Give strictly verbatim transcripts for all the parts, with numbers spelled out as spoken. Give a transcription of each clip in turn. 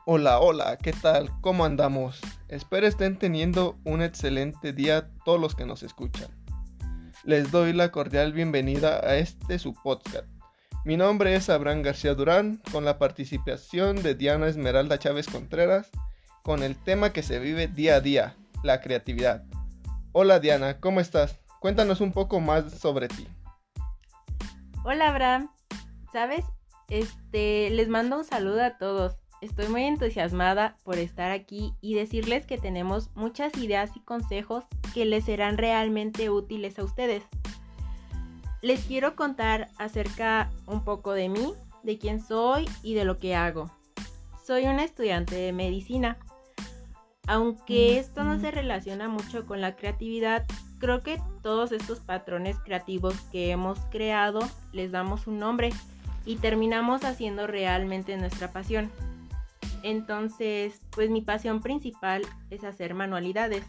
Hola, hola, ¿qué tal? ¿Cómo andamos? Espero estén teniendo un excelente día todos los que nos escuchan. Les doy la cordial bienvenida a este su podcast. Mi nombre es Abraham García Durán, con la participación de Diana Esmeralda Chávez Contreras, con el tema que se vive día a día, la creatividad. Hola Diana, ¿cómo estás? Cuéntanos un poco más sobre ti. Hola Abraham, ¿sabes? Este, les mando un saludo a todos. Estoy muy entusiasmada por estar aquí y decirles que tenemos muchas ideas y consejos que les serán realmente útiles a ustedes. Les quiero contar acerca un poco de mí, de quién soy y de lo que hago. Soy una estudiante de medicina. Aunque esto no se relaciona mucho con la creatividad, creo que todos estos patrones creativos que hemos creado les damos un nombre y terminamos haciendo realmente nuestra pasión. Entonces, pues mi pasión principal es hacer manualidades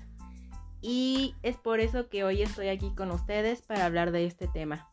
y es por eso que hoy estoy aquí con ustedes para hablar de este tema.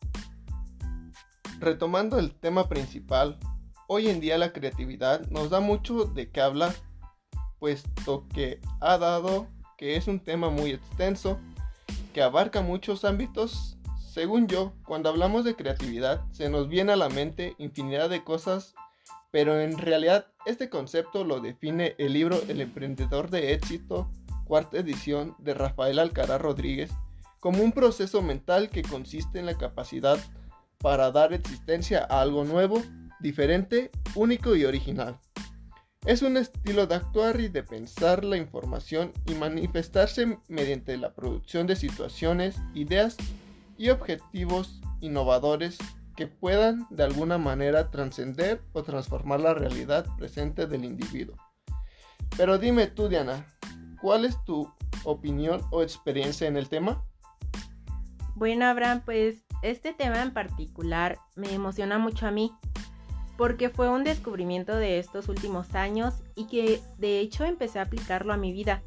Retomando el tema principal, hoy en día la creatividad nos da mucho de qué hablar, puesto que ha dado que es un tema muy extenso, que abarca muchos ámbitos. Según yo, cuando hablamos de creatividad, se nos viene a la mente infinidad de cosas, pero en realidad este concepto lo define el libro El Emprendedor de Éxito, cuarta edición de Rafael Alcaraz Rodríguez, como un proceso mental que consiste en la capacidad para dar existencia a algo nuevo, diferente, único y original. Es un estilo de actuar y de pensar la información y manifestarse mediante la producción de situaciones, ideas y objetivos innovadores que puedan de alguna manera trascender o transformar la realidad presente del individuo. Pero dime tú, Diana, ¿cuál es tu opinión o experiencia en el tema? Bueno, Abraham, pues este tema en particular me emociona mucho a mí, porque fue un descubrimiento de estos últimos años y que de hecho empecé a aplicarlo a mi vida.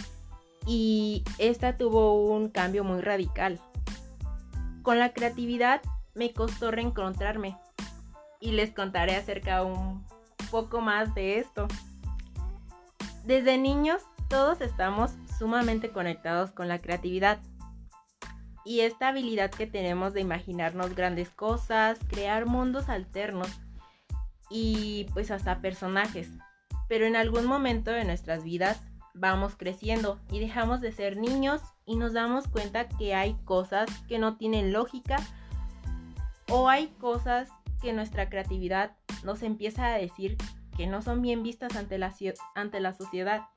Y esta tuvo un cambio muy radical. Con la creatividad me costó reencontrarme y les contaré acerca un poco más de esto. Desde niños todos estamos sumamente conectados con la creatividad y esta habilidad que tenemos de imaginarnos grandes cosas, crear mundos alternos y pues hasta personajes. Pero en algún momento de nuestras vidas vamos creciendo y dejamos de ser niños y nos damos cuenta que hay cosas que no tienen lógica o hay cosas que nuestra creatividad nos empieza a decir que no son bien vistas ante la, ante la sociedad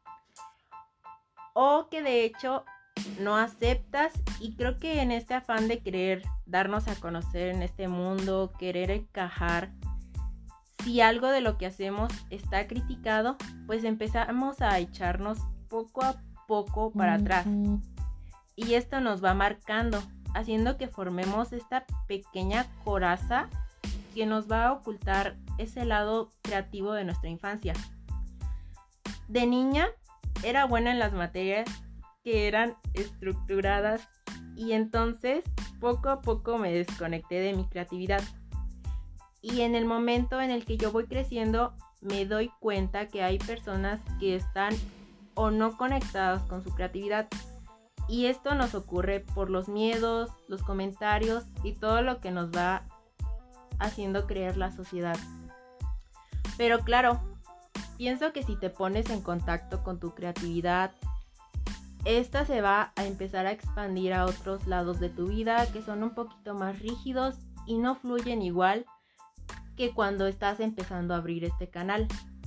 o que de hecho no aceptas. Y creo que en este afán de querer darnos a conocer en este mundo, querer encajar, si algo de lo que hacemos está criticado, pues empezamos a echarnos poco a poco para atrás. Y esto nos va marcando, haciendo que formemos esta pequeña coraza que nos va a ocultar ese lado creativo de nuestra infancia. De niña era buena en las materias que eran estructuradas y entonces poco a poco me desconecté de mi creatividad. Y en el momento en el que yo voy creciendo, me doy cuenta que hay personas que están o no conectadas con su creatividad. Y esto nos ocurre por los miedos, los comentarios y todo lo que nos va haciendo creer la sociedad. Pero claro, pienso que si te pones en contacto con tu creatividad, esta se va a empezar a expandir a otros lados de tu vida que son un poquito más rígidos y no fluyen igual que cuando estás empezando a abrir este canal.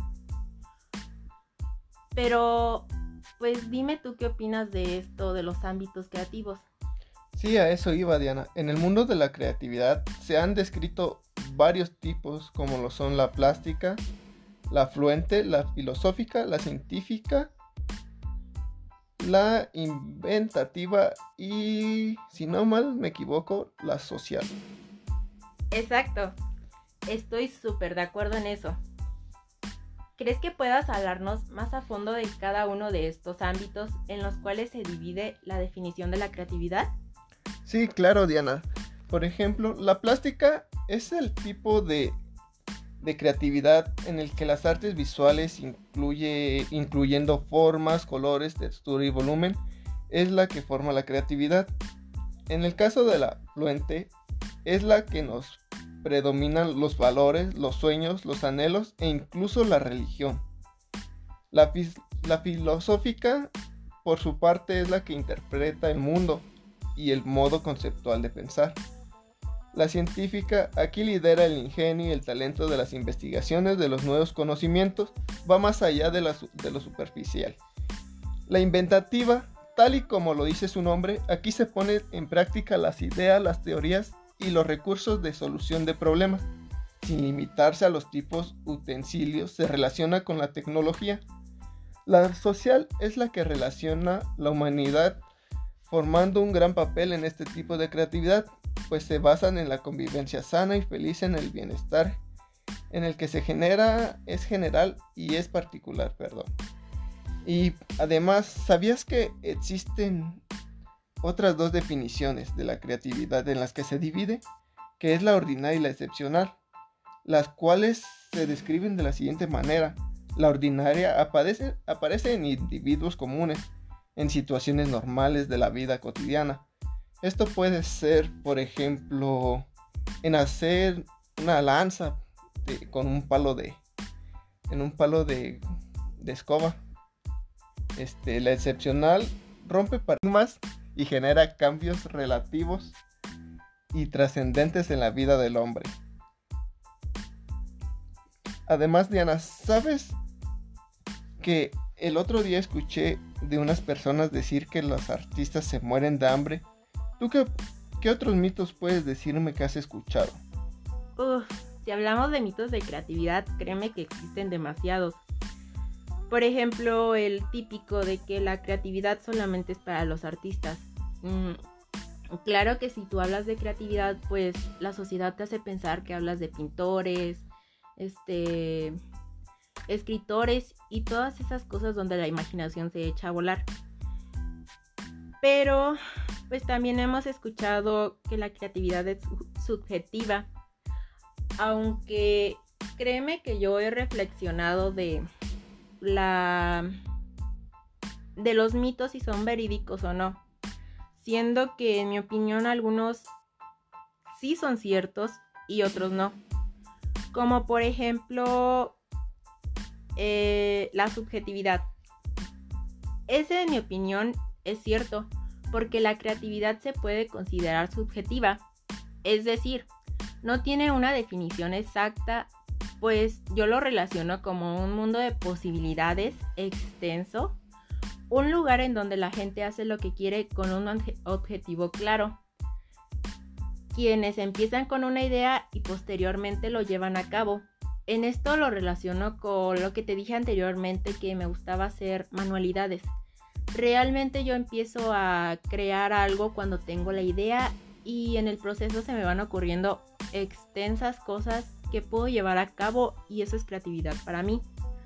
Pero, pues dime tú qué opinas de esto, de los ámbitos creativos. Sí, a eso iba, Diana. En el mundo de la creatividad se han descrito varios tipos, como lo son la plástica, la fluente, la filosófica, la científica, la inventativa y, si no mal me equivoco, la social. Exacto. Estoy súper de acuerdo en eso. ¿Crees que puedas hablarnos más a fondo de cada uno de estos ámbitos en los cuales se divide la definición de la creatividad? Sí, claro, Diana. Por ejemplo, la plástica es el tipo de de creatividad en el que las artes visuales, incluye, incluyendo formas, colores, textura y volumen, es la que forma la creatividad. En el caso de la fluente, es la que nos predominan los valores, los sueños, los anhelos e incluso la religión. La, la filosófica, por su parte, es la que interpreta el mundo y el modo conceptual de pensar. La científica aquí lidera el ingenio y el talento de las investigaciones de los nuevos conocimientos, va más allá de, la, de lo superficial. La inventativa, tal y como lo dice su nombre, aquí se pone en práctica las ideas, las teorías y los recursos de solución de problemas. Sin limitarse a los tipos utensilios, se relaciona con la tecnología. La social es la que relaciona la humanidad, formando un gran papel en este tipo de creatividad, pues se basan en la convivencia sana y feliz, en el bienestar en el que se genera, es general y es particular, perdón. Y además, ¿sabías que existen otras dos definiciones de la creatividad en las que se divide? Que es la ordinaria y la excepcional, las cuales se describen de la siguiente manera. La ordinaria aparece, aparece en individuos comunes, en situaciones normales de la vida cotidiana. Esto puede ser, por ejemplo, en hacer una lanza de, con un palo de, en un palo de, de escoba. Este, la excepcional rompe paradigmas y genera cambios relativos y trascendentes en la vida del hombre. Además, Diana, ¿sabes que el otro día escuché de unas personas decir que los artistas se mueren de hambre? ¿Tú qué, qué otros mitos puedes decirme que has escuchado? Uf, si hablamos de mitos de creatividad, créeme que existen demasiados. Por ejemplo, el típico de que la creatividad solamente es para los artistas. Mm, claro que si tú hablas de creatividad, pues la sociedad te hace pensar que hablas de pintores, este, escritores y todas esas cosas donde la imaginación se echa a volar. Pero pues también hemos escuchado que la creatividad es subjetiva, aunque créeme que yo he reflexionado de la de los mitos si son verídicos o no, siendo que en mi opinión algunos sí son ciertos y otros no, como por ejemplo eh, la subjetividad. Ese, en mi opinión, es cierto, porque la creatividad se puede considerar subjetiva, es decir, no tiene una definición exacta, pues yo lo relaciono como un mundo de posibilidades extenso, un lugar en donde la gente hace lo que quiere con un objetivo claro, quienes empiezan con una idea y posteriormente lo llevan a cabo. En esto lo relaciono con lo que te dije anteriormente, que me gustaba hacer manualidades. Realmente yo empiezo a crear algo cuando tengo la idea y en el proceso se me van ocurriendo extensas cosas que puedo llevar a cabo y eso es creatividad para mí.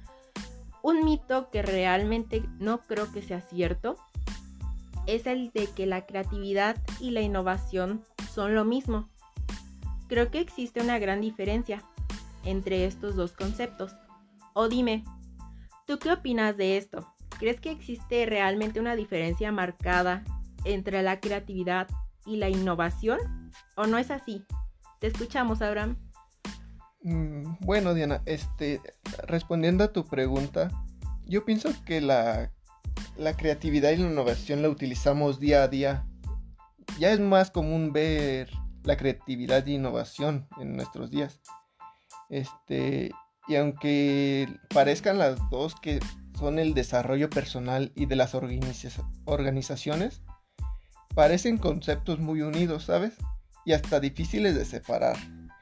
Un mito que realmente no creo que sea cierto es el de que la creatividad y la innovación son lo mismo. Creo que existe una gran diferencia entre estos dos conceptos. O dime, ¿tú qué opinas de esto? ¿Crees que existe realmente una diferencia marcada entre la creatividad y la innovación? ¿O no es así? Te escuchamos, Abraham. Mm, bueno, Diana, este, respondiendo a tu pregunta, yo pienso que la, la creatividad y la innovación la utilizamos día a día. Ya es más común ver la creatividad y innovación en nuestros días. Este, y aunque parezcan las dos que son el desarrollo personal y de las organiza- organizaciones, parecen conceptos muy unidos, ¿sabes? Y hasta difíciles de separar.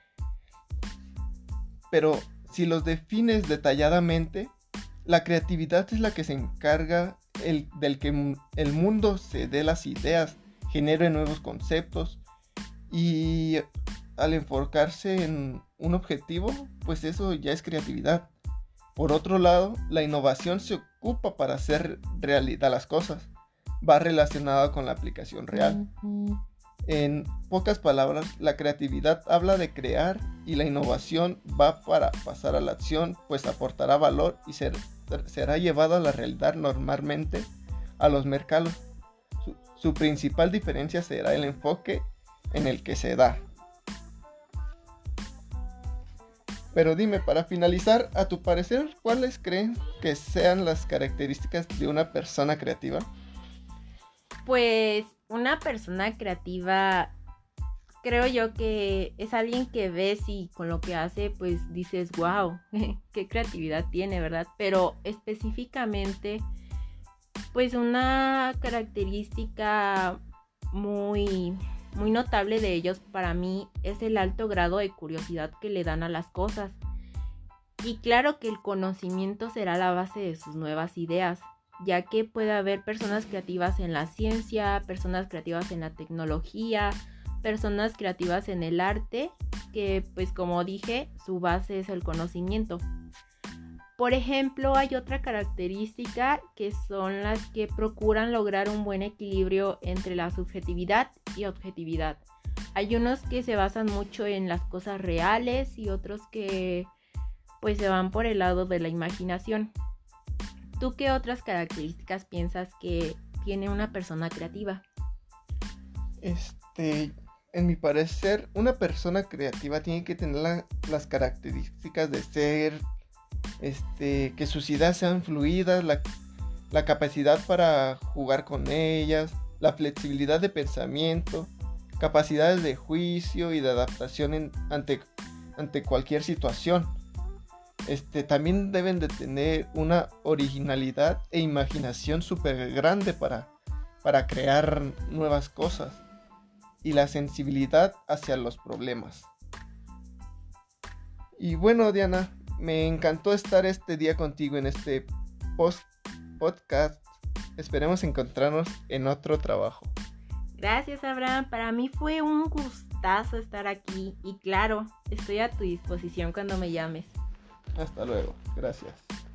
Pero si los defines detalladamente, la creatividad es la que se encarga el, del que el mundo se dé las ideas, genere nuevos conceptos y al enfocarse en un objetivo, pues eso ya es creatividad. Por otro lado, la innovación se ocupa para hacer realidad las cosas, va relacionada con la aplicación real. En pocas palabras, la creatividad habla de crear y la innovación va para pasar a la acción, pues aportará valor y ser, será llevado a la realidad normalmente a los mercados. Su, su principal diferencia será el enfoque en el que se da. Pero dime, para finalizar, a tu parecer, ¿cuáles creen que sean las características de una persona creativa? Pues una persona creativa, creo yo que es alguien que ves y con lo que hace, pues dices, wow, qué creatividad tiene, ¿verdad? Pero específicamente, pues una característica muy, muy notable de ellos para mí es el alto grado de curiosidad que le dan a las cosas. Y claro que el conocimiento será la base de sus nuevas ideas, ya que puede haber personas creativas en la ciencia, personas creativas en la tecnología, personas creativas en el arte, que pues como dije, su base es el conocimiento. Por ejemplo, hay otra característica que son las que procuran lograr un buen equilibrio entre la subjetividad y objetividad. Hay unos que se basan mucho en las cosas reales y otros que pues se van por el lado de la imaginación. ¿Tú qué otras características piensas que tiene una persona creativa? Este, en mi parecer, una persona creativa tiene que tener la, las características de ser, este, que sus ideas sean fluidas, la, la capacidad para jugar con ellas, la flexibilidad de pensamiento, capacidades de juicio y de adaptación en, ante, ante cualquier situación. Este, también deben de tener una originalidad e imaginación súper grande para, para crear nuevas cosas y la sensibilidad hacia los problemas. Y bueno, Diana, me encantó estar este día contigo en este post podcast. Esperemos encontrarnos en otro trabajo. Gracias, Abraham. Para mí fue un gustazo estar aquí y claro, estoy a tu disposición cuando me llames. Hasta luego. Gracias.